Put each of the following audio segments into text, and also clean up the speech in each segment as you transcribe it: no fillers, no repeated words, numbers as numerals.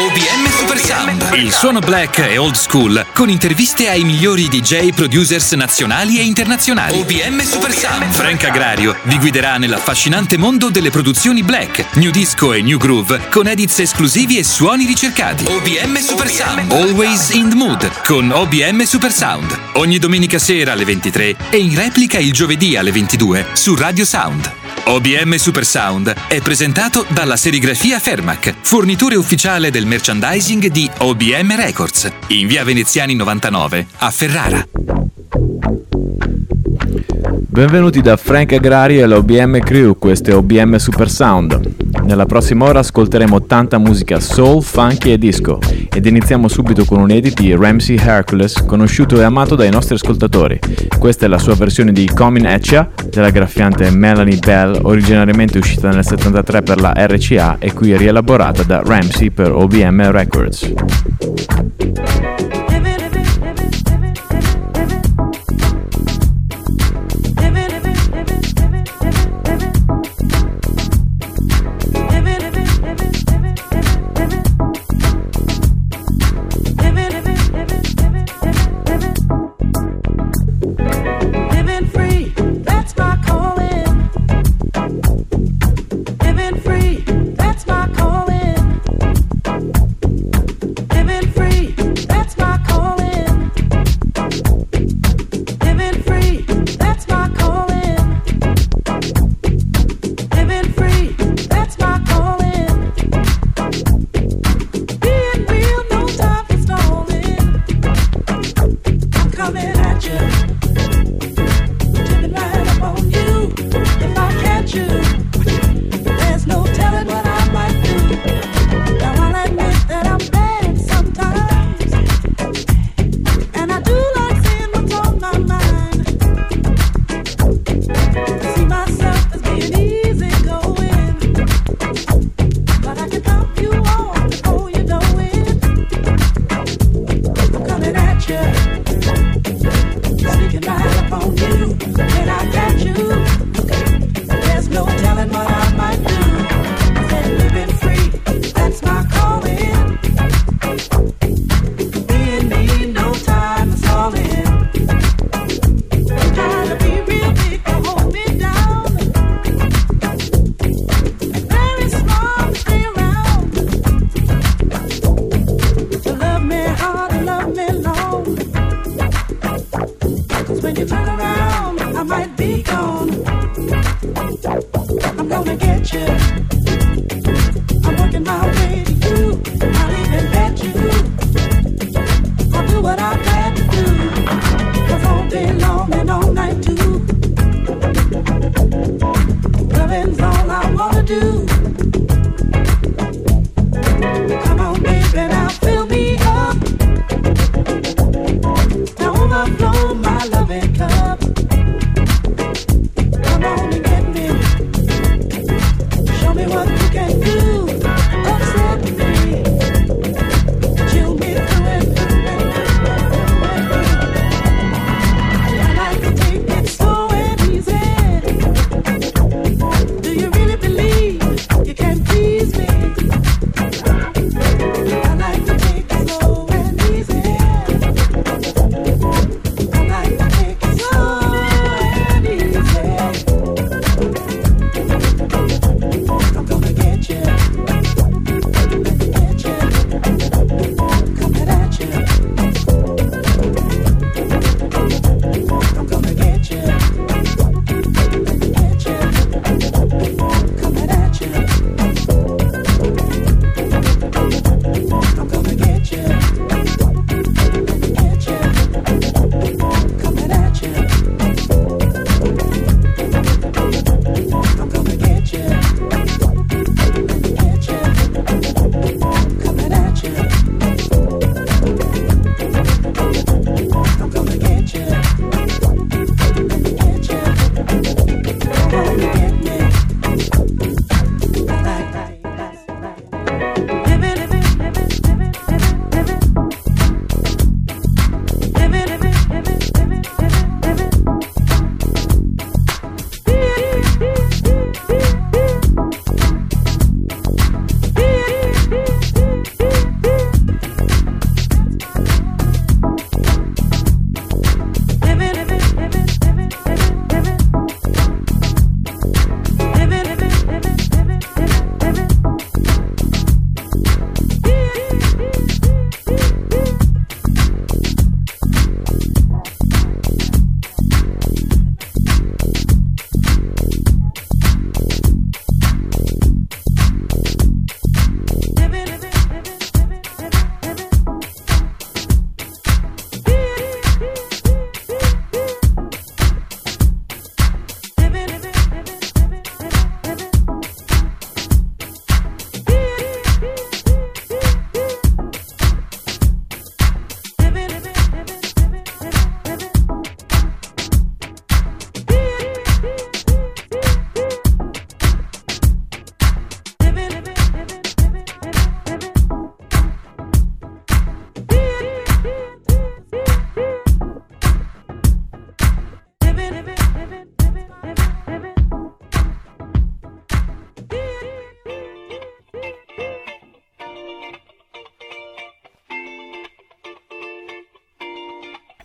OBM Super Sound, il suono black e old school con interviste ai migliori DJ producers nazionali e internazionali. OBM Super Sound. Frank Agrario vi guiderà nell'affascinante mondo delle produzioni black, new disco e new groove con edits esclusivi e suoni ricercati. OBM Super Sound. Always in the mood con OBM Super Sound. Ogni domenica sera alle 23 e in replica il giovedì alle 22 su Radio Sound. OBM Super Sound è presentato dalla serigrafia Fermac, fornitore ufficiale del merchandising di OBM Records, in via Veneziani 99 a Ferrara. Benvenuti da Frank Agrario e l'OBM Crew, questo è OBM Super Sound. Nella prossima ora ascolteremo tanta musica soul, funky e disco ed iniziamo subito con un edit di Ramsey Hercules, conosciuto e amato dai nostri ascoltatori. Questa è la sua versione di Coming At Ya della graffiante Melanie Bell, originariamente uscita nel 73 per la RCA e qui rielaborata da Ramsey per OBM Records. Free.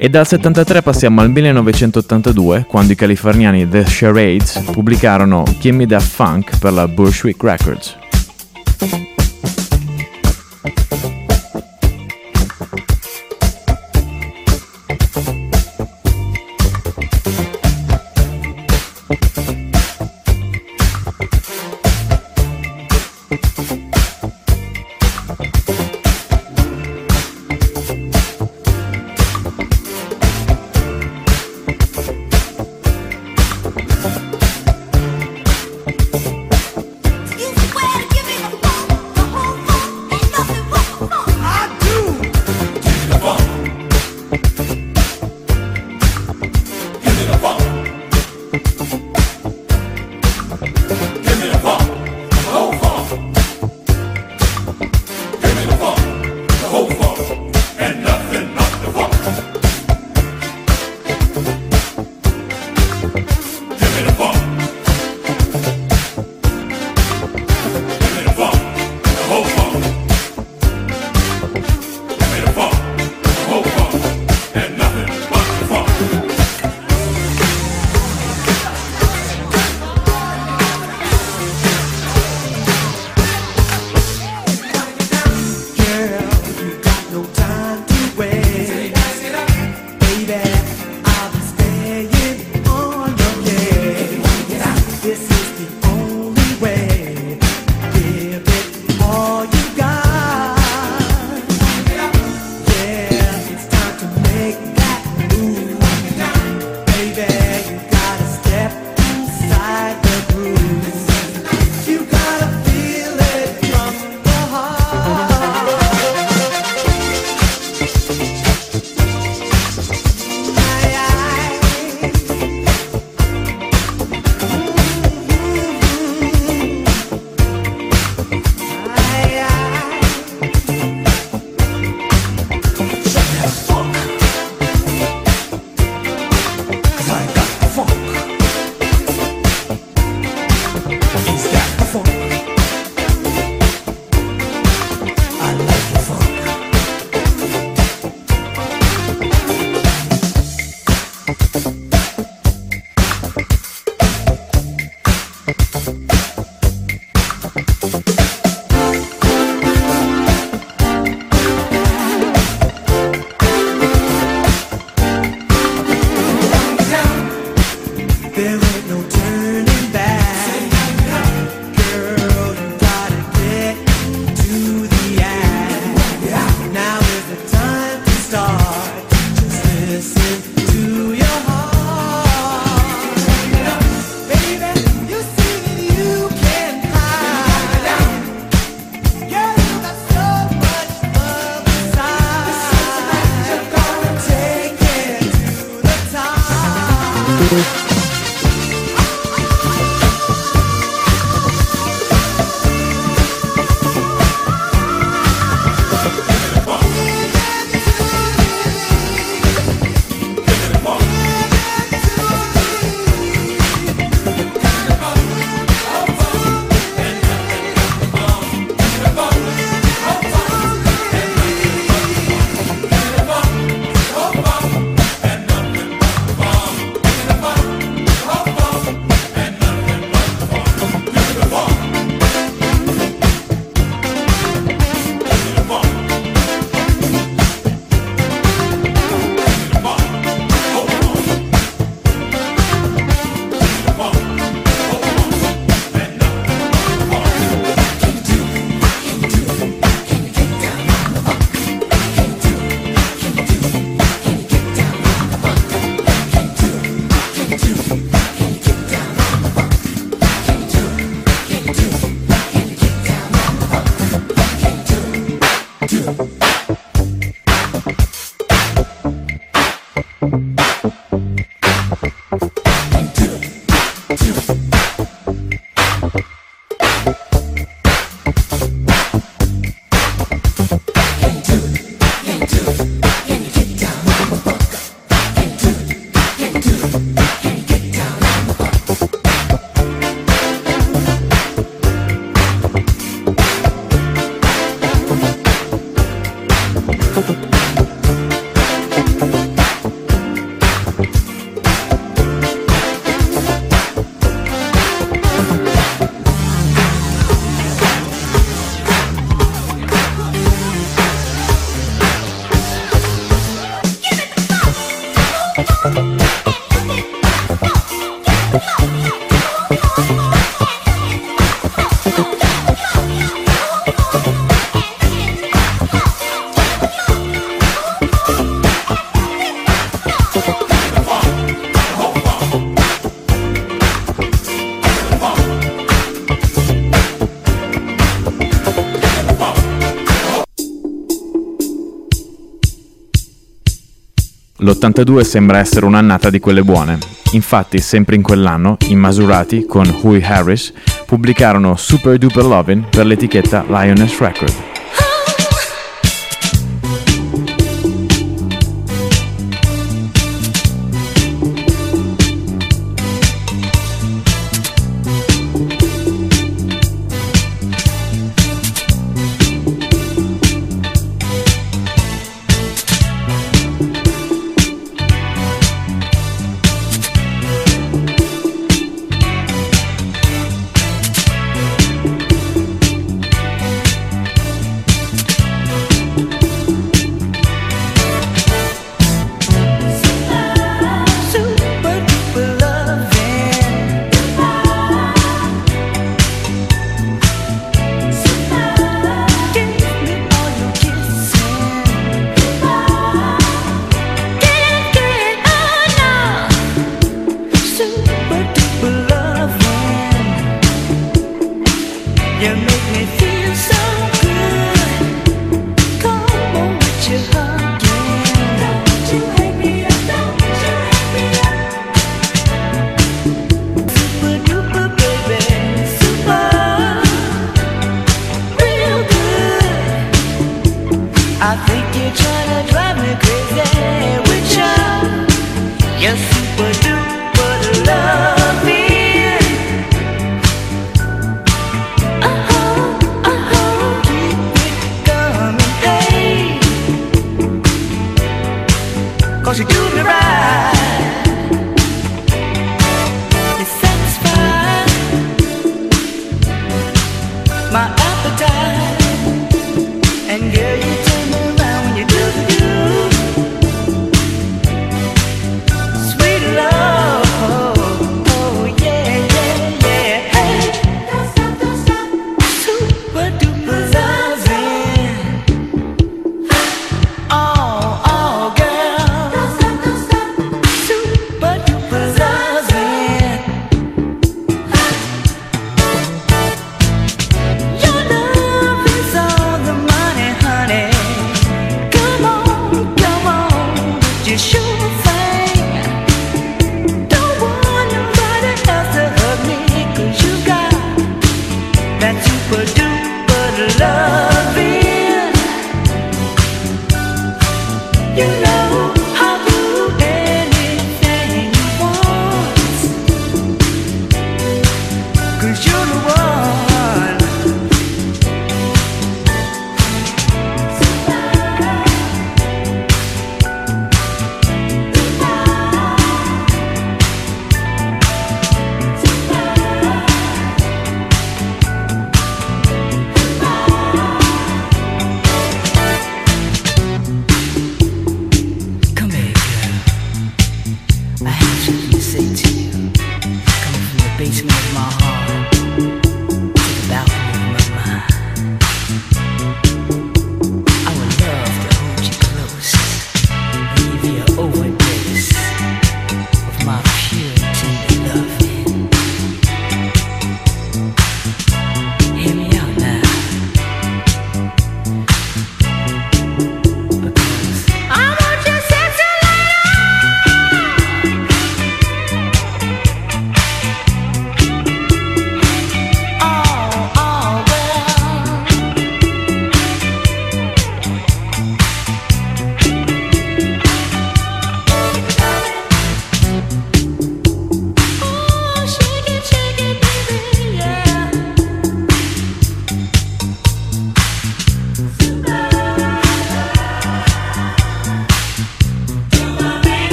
E dal 73 passiamo al 1982, quando i californiani The Charades pubblicarono Gimme That Funk per la Bushwick Records. You swear L'82 sembra essere un'annata di quelle buone. Infatti, sempre in quell'anno, i Maserati con Huey Harris pubblicarono Super Duper Lovin' per l'etichetta Lioness Record.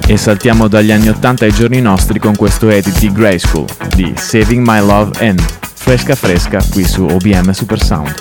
E saltiamo dagli anni 80 ai giorni nostri con questo edit di Grey School di Saving My Love N, fresca fresca qui su OBM Super Sound.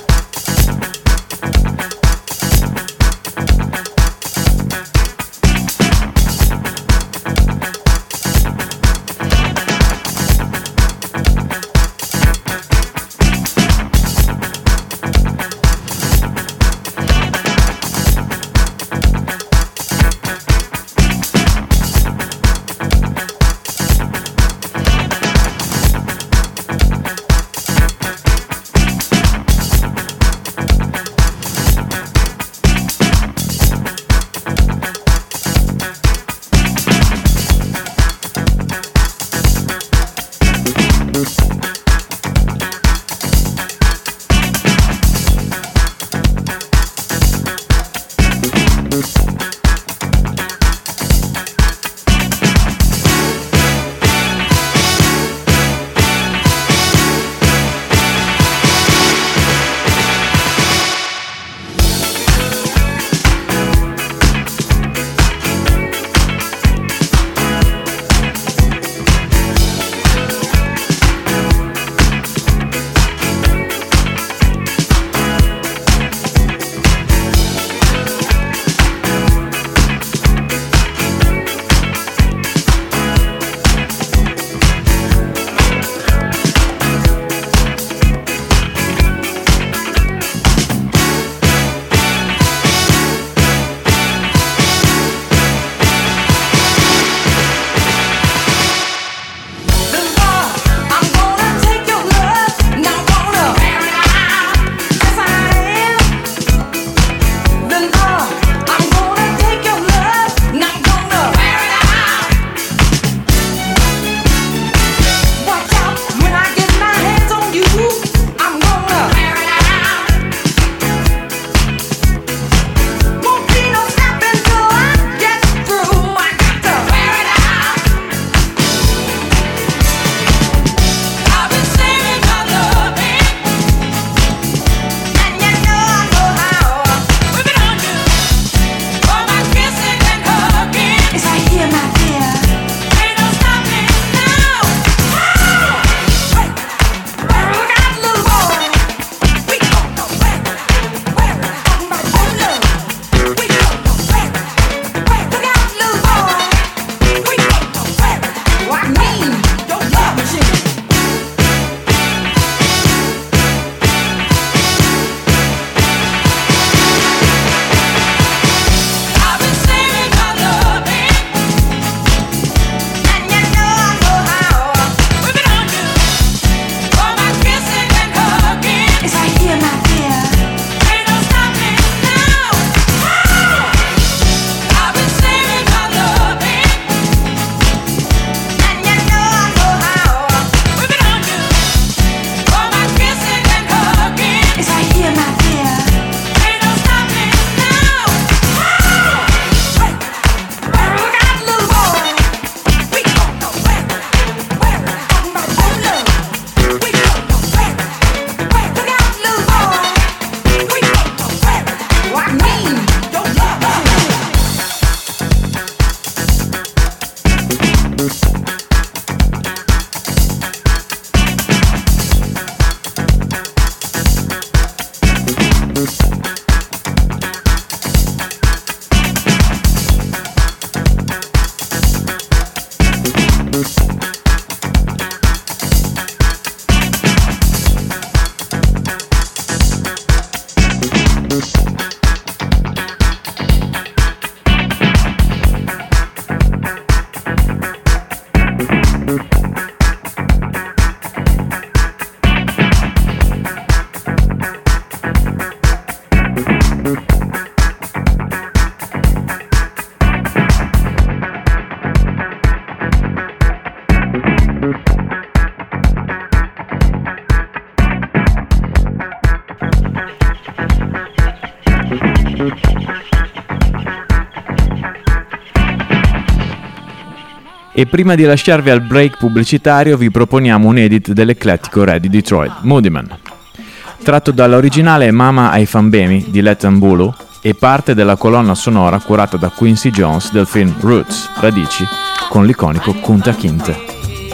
E prima di lasciarvi al break pubblicitario vi proponiamo un edit dell'eclettico re di Detroit, Moodymann. Tratto dall'originale Mama ai Fambemi di Letan Bulu, e parte della colonna sonora curata da Quincy Jones del film Roots, Radici, con l'iconico Kunta Kinte.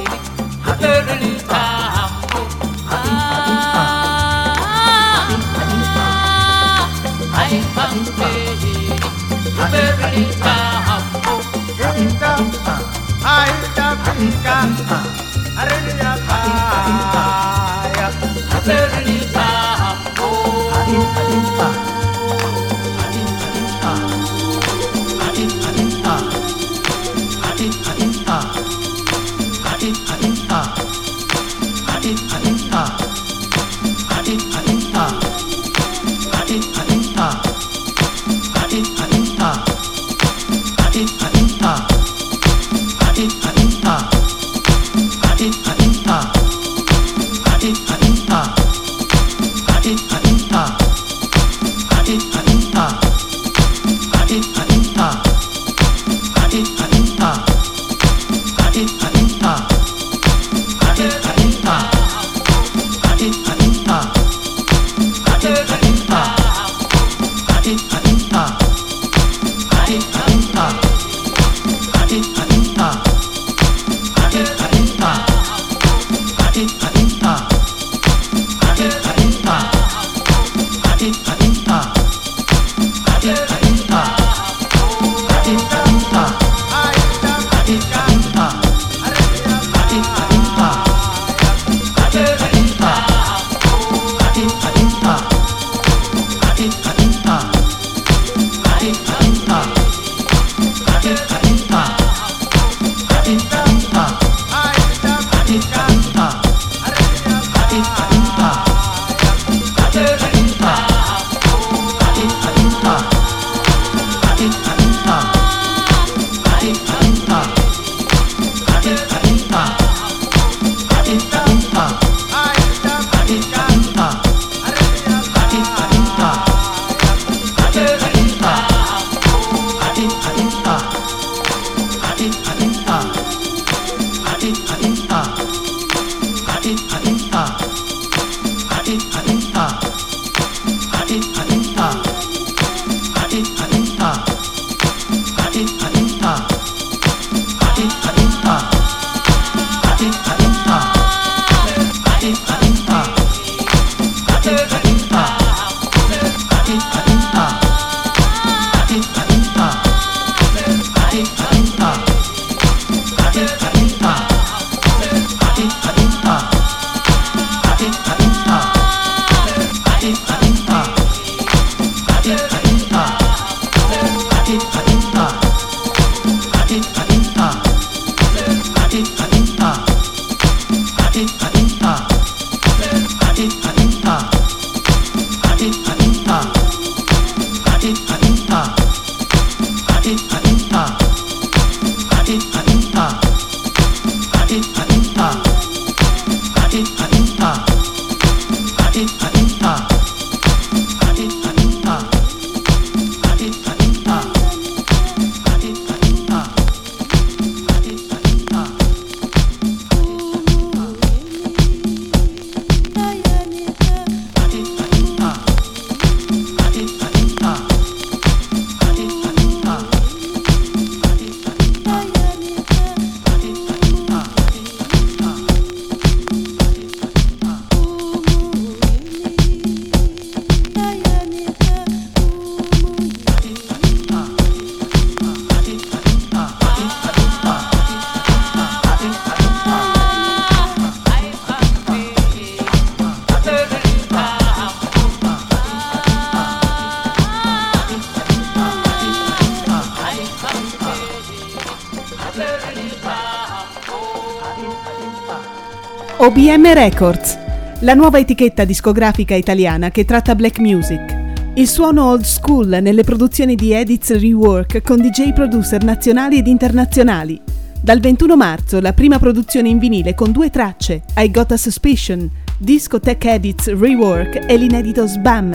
OBM Records, la nuova etichetta discografica italiana che tratta black music. Il suono old school nelle produzioni di Edits Rework con DJ producer nazionali ed internazionali. Dal 21 marzo la prima produzione in vinile con 2 tracce, I Got a Suspicion, Disco Tech Edits Rework e l'inedito Sbam,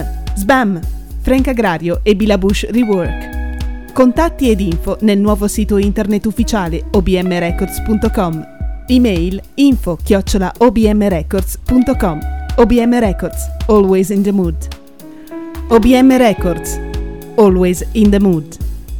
Frank Agrario e Billa Bush Rework. Contatti ed info nel nuovo sito internet ufficiale obmrecords.com. Email info@obmrecords.com. OBM Records, always in the mood. OBM Records, Always in the Mood.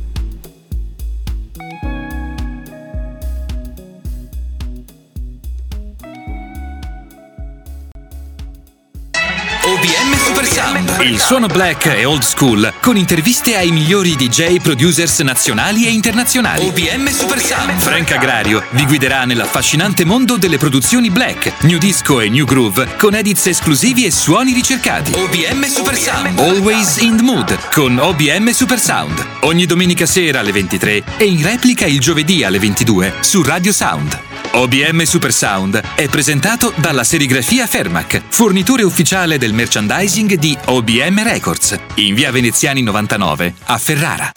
OBM Super Sound, il suono black e old school con interviste ai migliori DJ producers nazionali e internazionali. OBM Super Sound, Frank Agrario vi guiderà nell'affascinante mondo delle produzioni black, new disco e new groove con edits esclusivi e suoni ricercati. OBM Super Sound, Always in the Mood con OBM Super Sound, ogni domenica sera alle 23 e in replica il giovedì alle 22 su Radio Sound. OBM Super Sound è presentato dalla serigrafia Fermac, fornitore ufficiale del merchandising di OBM Records, in via Veneziani 99 a Ferrara.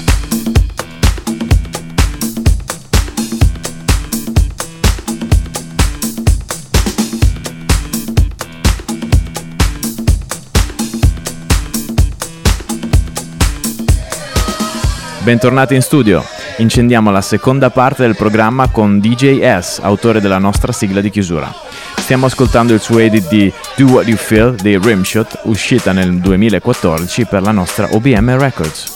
Bentornati in studio. Incendiamo la seconda parte del programma con DJ S, autore della nostra sigla di chiusura. Stiamo ascoltando il suo edit di Do What You Feel dei Rimshot, uscita nel 2014 per la nostra OBM Records.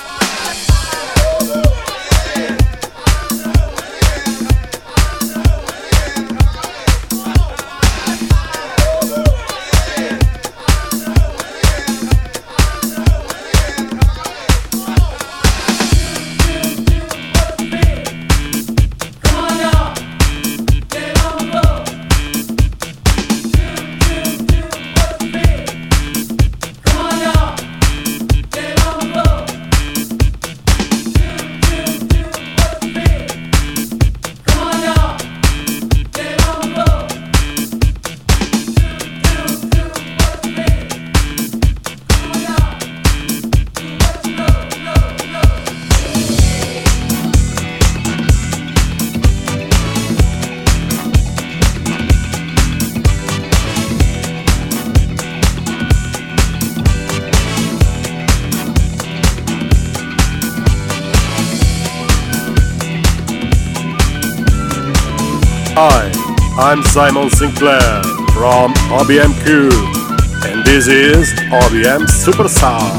Hi, I'm Simon Sinclair from OBM Crew, and this is OBM Super Sound.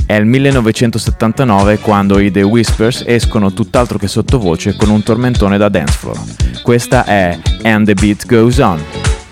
È il 1979 quando i The Whispers escono tutt'altro che sottovoce con un tormentone da dance floor. Questa è And the Beat Goes On.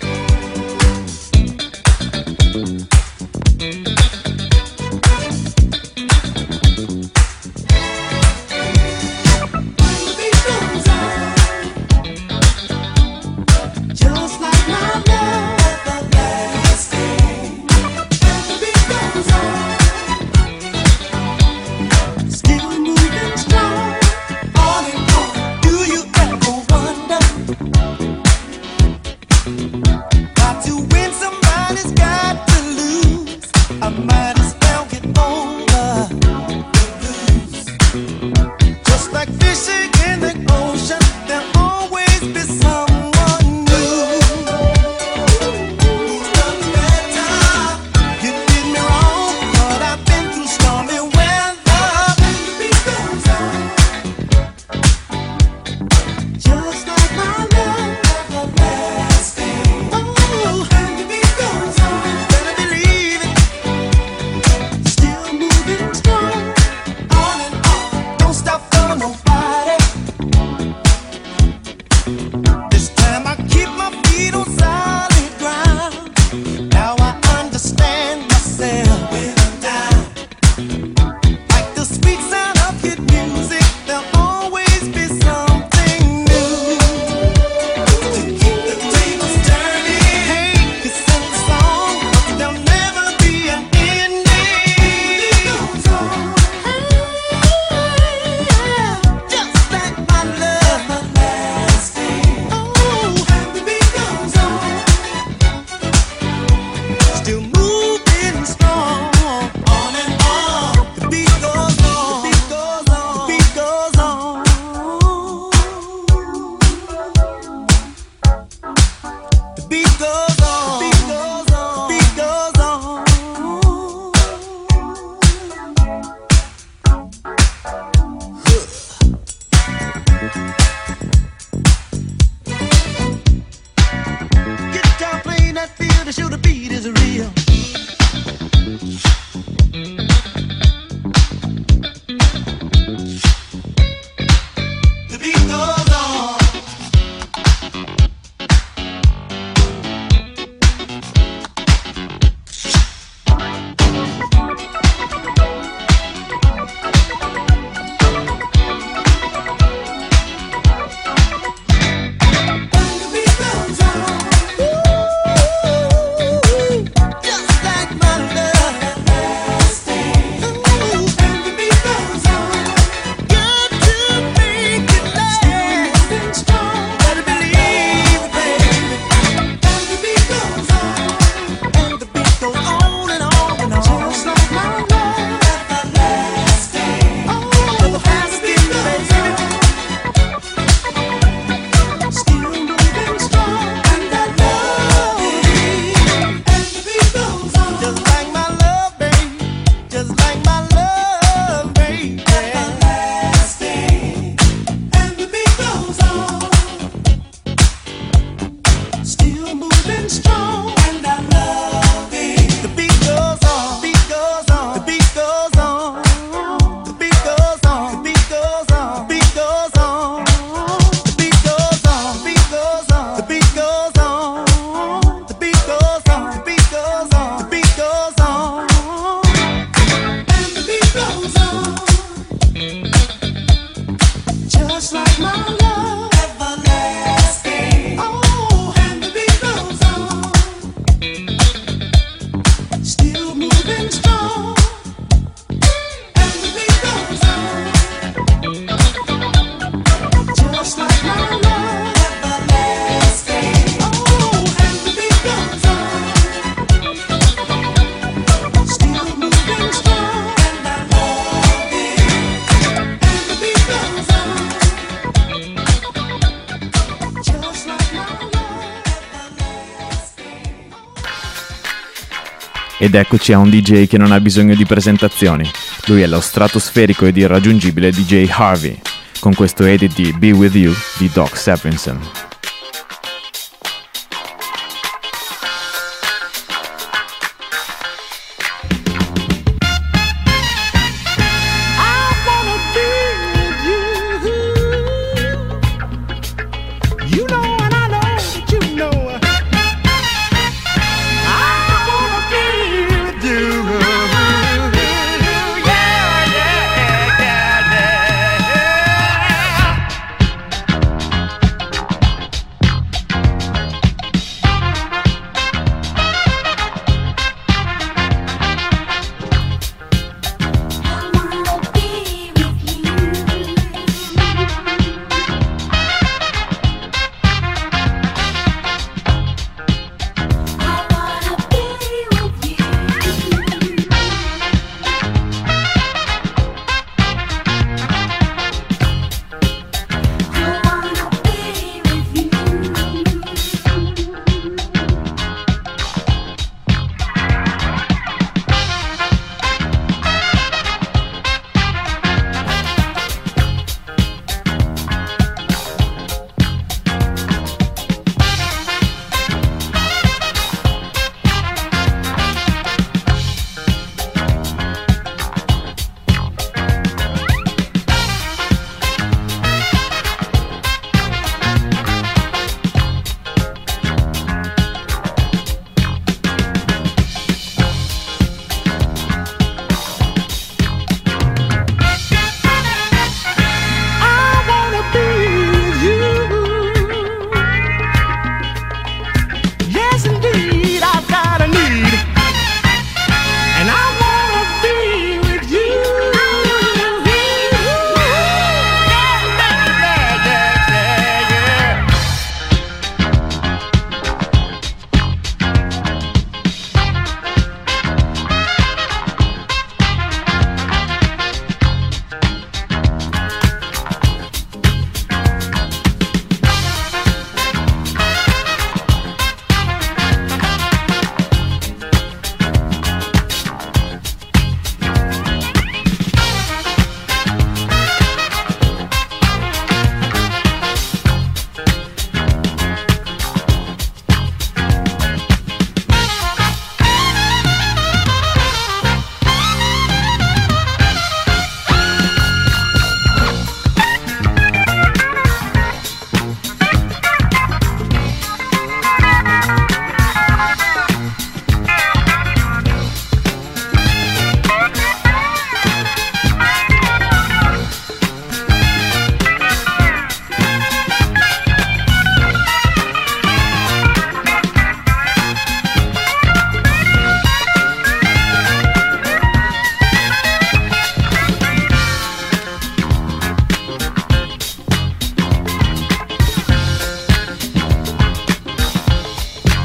Ed eccoci a un DJ che non ha bisogno di presentazioni. Lui è lo stratosferico ed irraggiungibile DJ Harvey, con questo edit di Be With You di Doc Severinsen.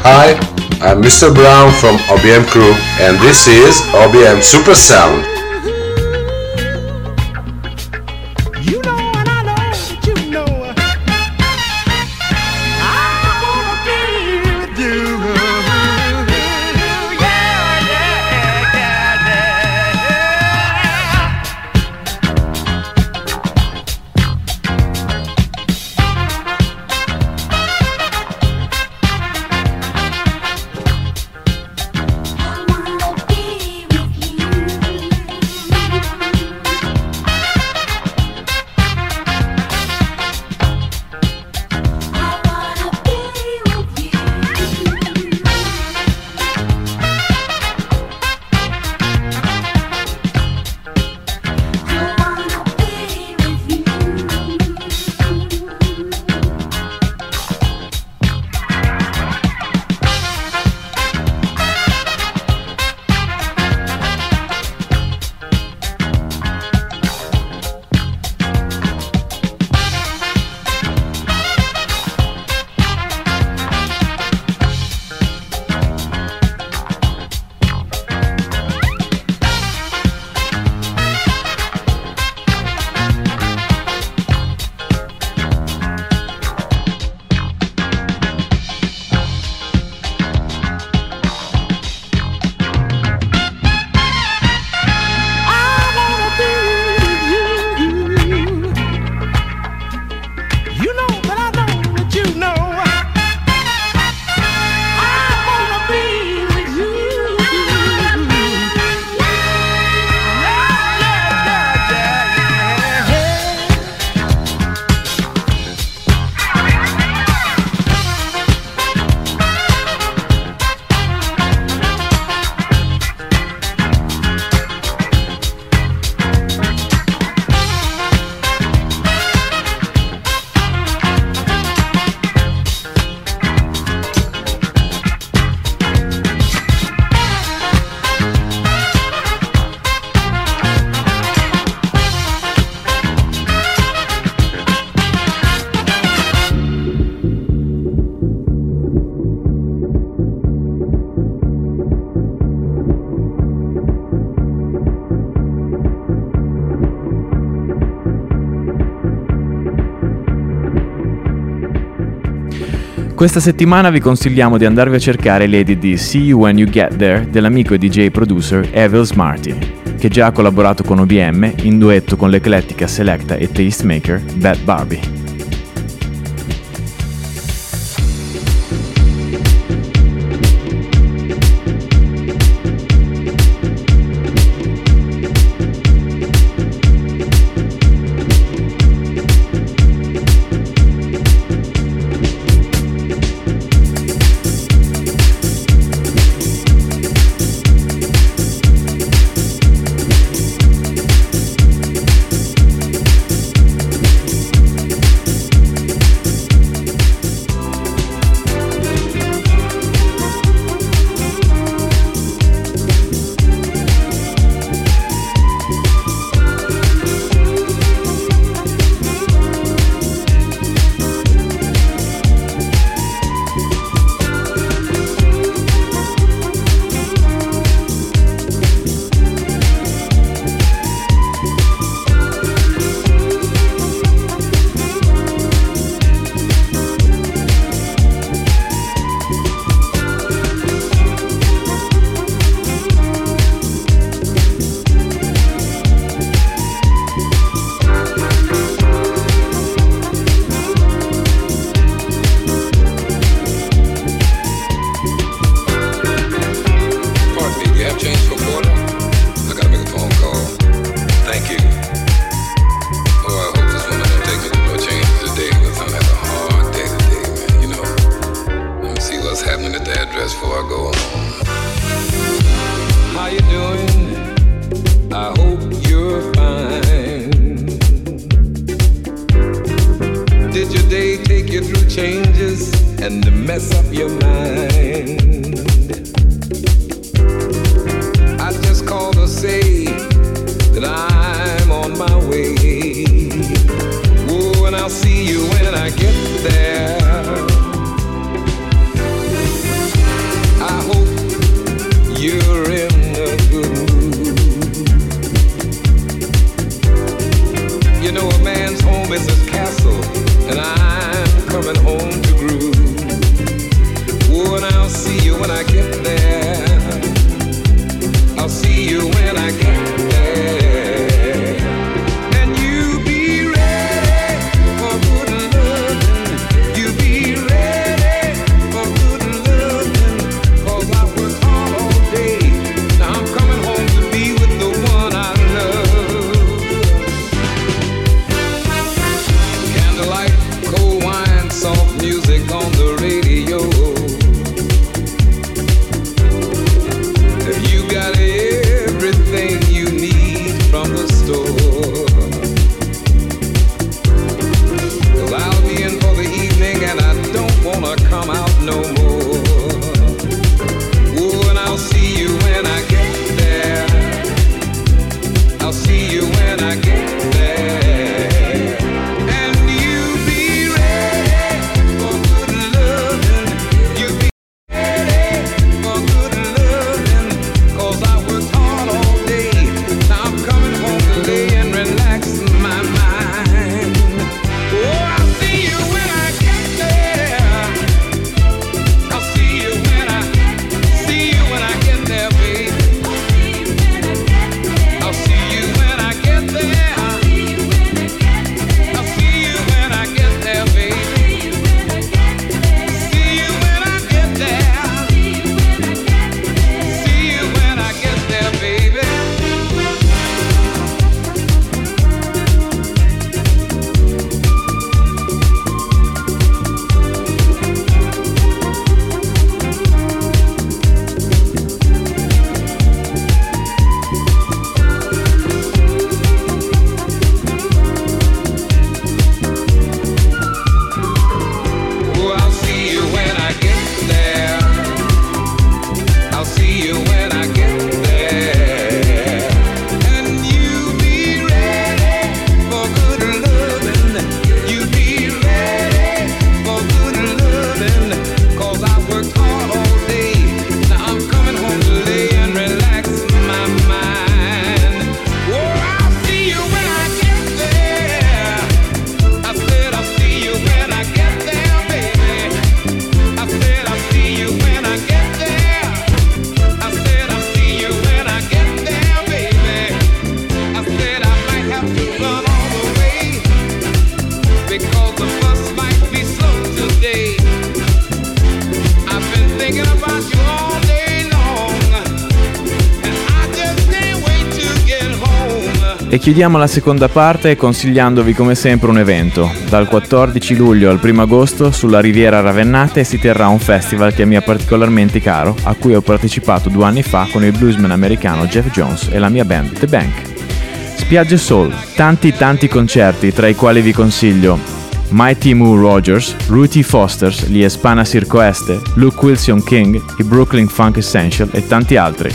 Hi, I'm Mr. Brown from OBM Crew, and this is OBM Super Sound. Questa settimana vi consigliamo di andarvi a cercare l'edit di See You When You Get There dell'amico e DJ producer Evil Smarty, che già ha collaborato con OBM in duetto con l'eclettica Selecta e tastemaker Bad Barbie. I'll see you when I get there. E chiudiamo la seconda parte consigliandovi come sempre un evento. Dal 14 luglio al 1 agosto sulla Riviera Ravennate si terrà un festival che mi è particolarmente caro, a cui ho partecipato 2 anni fa con il bluesman americano Jeff Jones e la mia band The Bank. Spiagge Soul, tanti concerti, tra i quali vi consiglio Mighty Moo Rogers, Ruthie Fosters, gli Espana Circo Este, Luke Wilson King, i Brooklyn Funk Essential e tanti altri.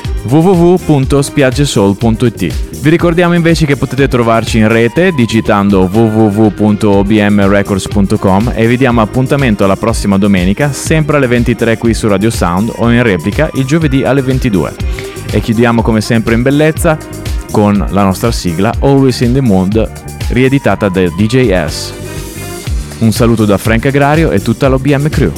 www.spiaggesoul.it. Vi ricordiamo invece che potete trovarci in rete digitando www.obmrecords.com e vi diamo appuntamento alla prossima domenica, sempre alle 23 qui su Radio Sound o in replica il giovedì alle 22. E chiudiamo come sempre in bellezza con la nostra sigla Always in the Mood, rieditata da DJ S. Un saluto da Frank Agrario e tutta l'OBM Crew.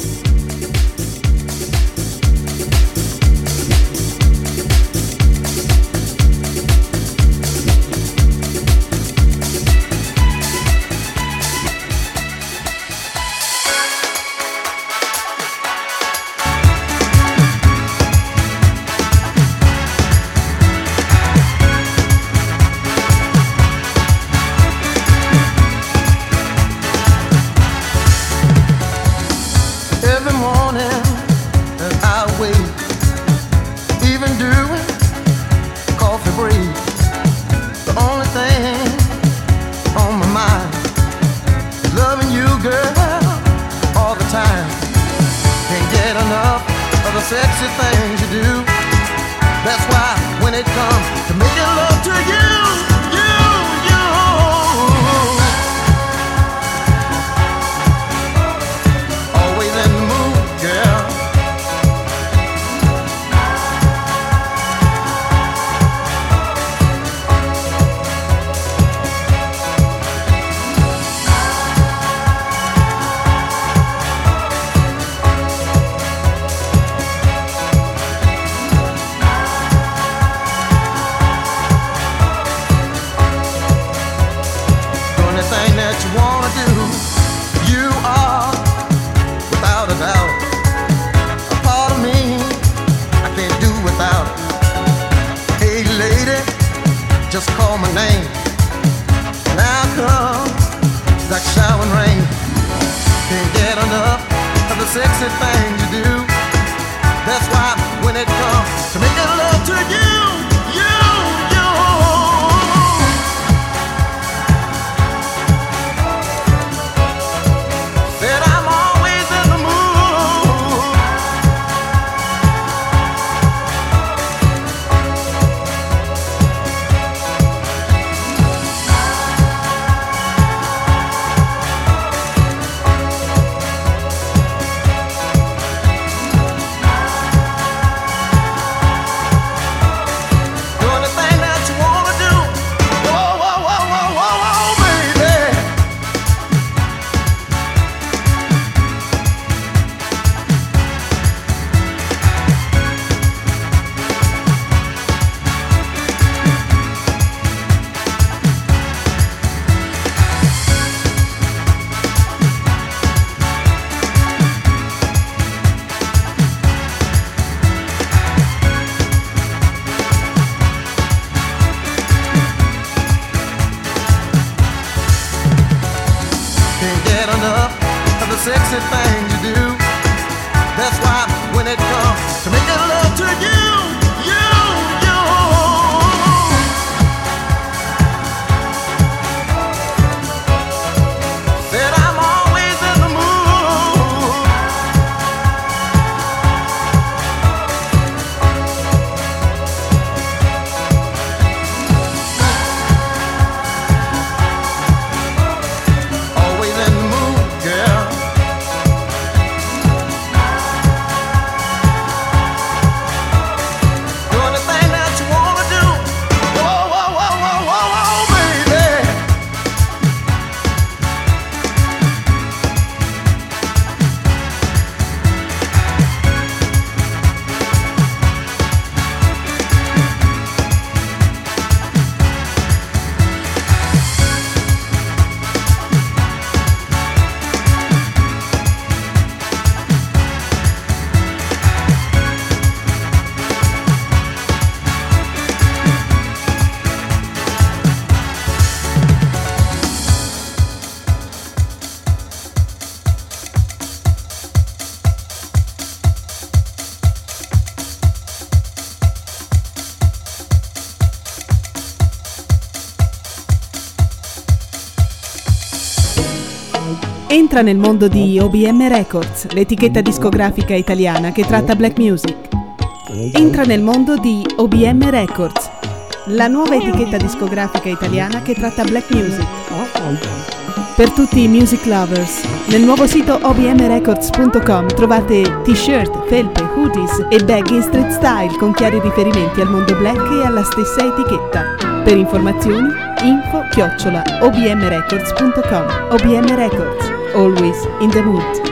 Sexy things you do. That's why when it comes to making love to you, always in the mood, girl. Just call my name, now come like showering rain. Can't get enough of the sexy things you do. That's why when it comes to making love to you, said I'm always in the mood. Sexy things you do. That's why when it comes to making love to you, said I'm always in the mood. Always in the mood, girl. Entra nel mondo di OBM Records, l'etichetta discografica italiana che tratta black music. Entra nel mondo di OBM Records, la nuova etichetta discografica italiana che tratta black music. Per tutti i music lovers, nel nuovo sito obmrecords.com trovate t-shirt, felpe, hoodies e bag in street style con chiari riferimenti al mondo black e alla stessa etichetta. Per informazioni, info@obmrecords.com. OBM Records, always in the mood.